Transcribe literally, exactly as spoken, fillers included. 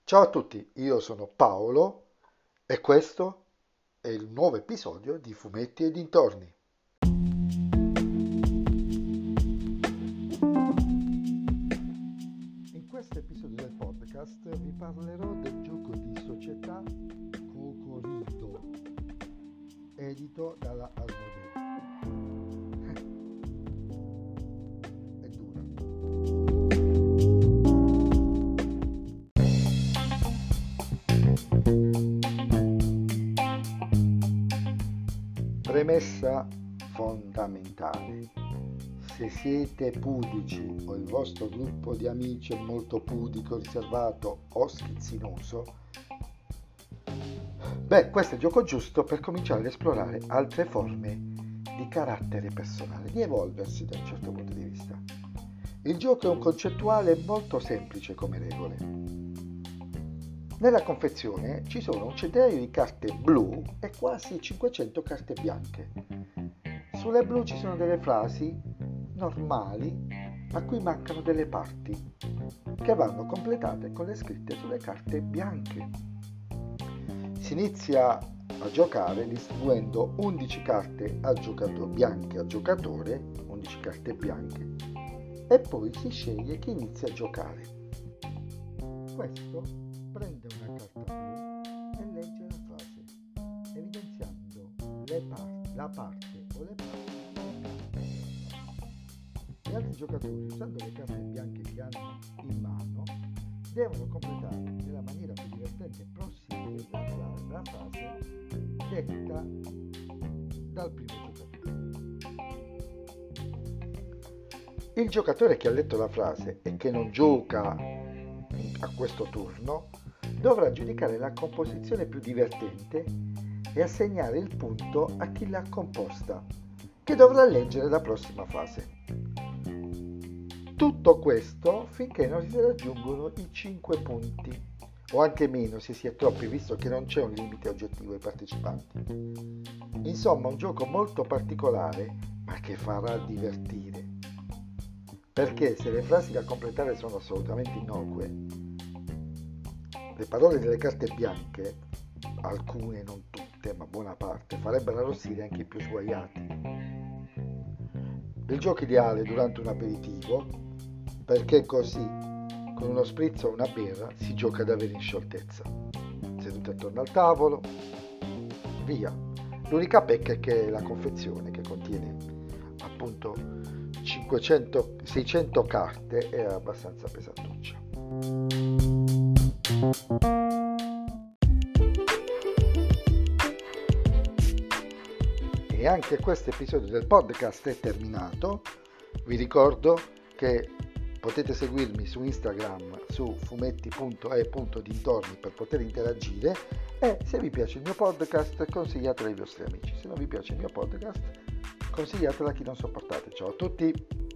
Ciao a tutti, io sono Paolo e questo è il nuovo episodio di Fumetti e dintorni. In questo episodio del podcast vi parlerò del gioco di società Cocorido, edito dalla Asmodee. È dura. Premessa fondamentale. Se siete pudici o il vostro gruppo di amici è molto pudico, riservato o schizzinoso, beh, questo è il gioco giusto per cominciare ad esplorare altre forme di carattere personale, di evolversi da un certo punto di vista. Il gioco è un concettuale molto semplice come regole. Nella confezione ci sono un centinaio di carte blu e quasi cinquecento carte bianche. Sulle blu ci sono delle frasi normali a cui mancano delle parti che vanno completate con le scritte sulle carte bianche. Si inizia a giocare distribuendo undici carte a giocatore, bianche a giocatore, undici carte bianche, e poi si sceglie chi inizia a giocare. Questo prende una carta blu e legge la frase, evidenziando le parti, la parte o le parti delle carte. Gli altri giocatori, usando le carte bianche che hanno in mano, devono completare nella maniera più divertente possibile la, la frase detta dal primo giocatore. Il giocatore che ha letto la frase e che non gioca a questo turno dovrà giudicare la composizione più divertente e assegnare il punto a chi l'ha composta, che dovrà leggere la prossima fase. Tutto questo finché non si raggiungono i cinque punti, o anche meno se si è troppi, visto che non c'è un limite oggettivo ai partecipanti. Insomma, un gioco molto particolare, ma che farà divertire. Perché se le frasi da completare sono assolutamente innocue, le parole delle carte bianche, alcune, non tutte, ma buona parte, farebbero arrossire anche i più sguaiati. Il gioco ideale durante un aperitivo, perché così, con uno spritz o una birra, si gioca davvero in scioltezza. Seduti attorno al tavolo, via. L'unica pecca è che la confezione, che contiene appunto cinquecento seicento carte, è abbastanza pesantuccia. E anche questo episodio del podcast è terminato. Vi ricordo che potete seguirmi su Instagram su fumetti punto e punto dintorni per poter interagire, e se vi piace il mio podcast consigliatelo ai vostri amici. Se non vi piace il mio podcast consigliatelo a chi non sopportate. Ciao a tutti!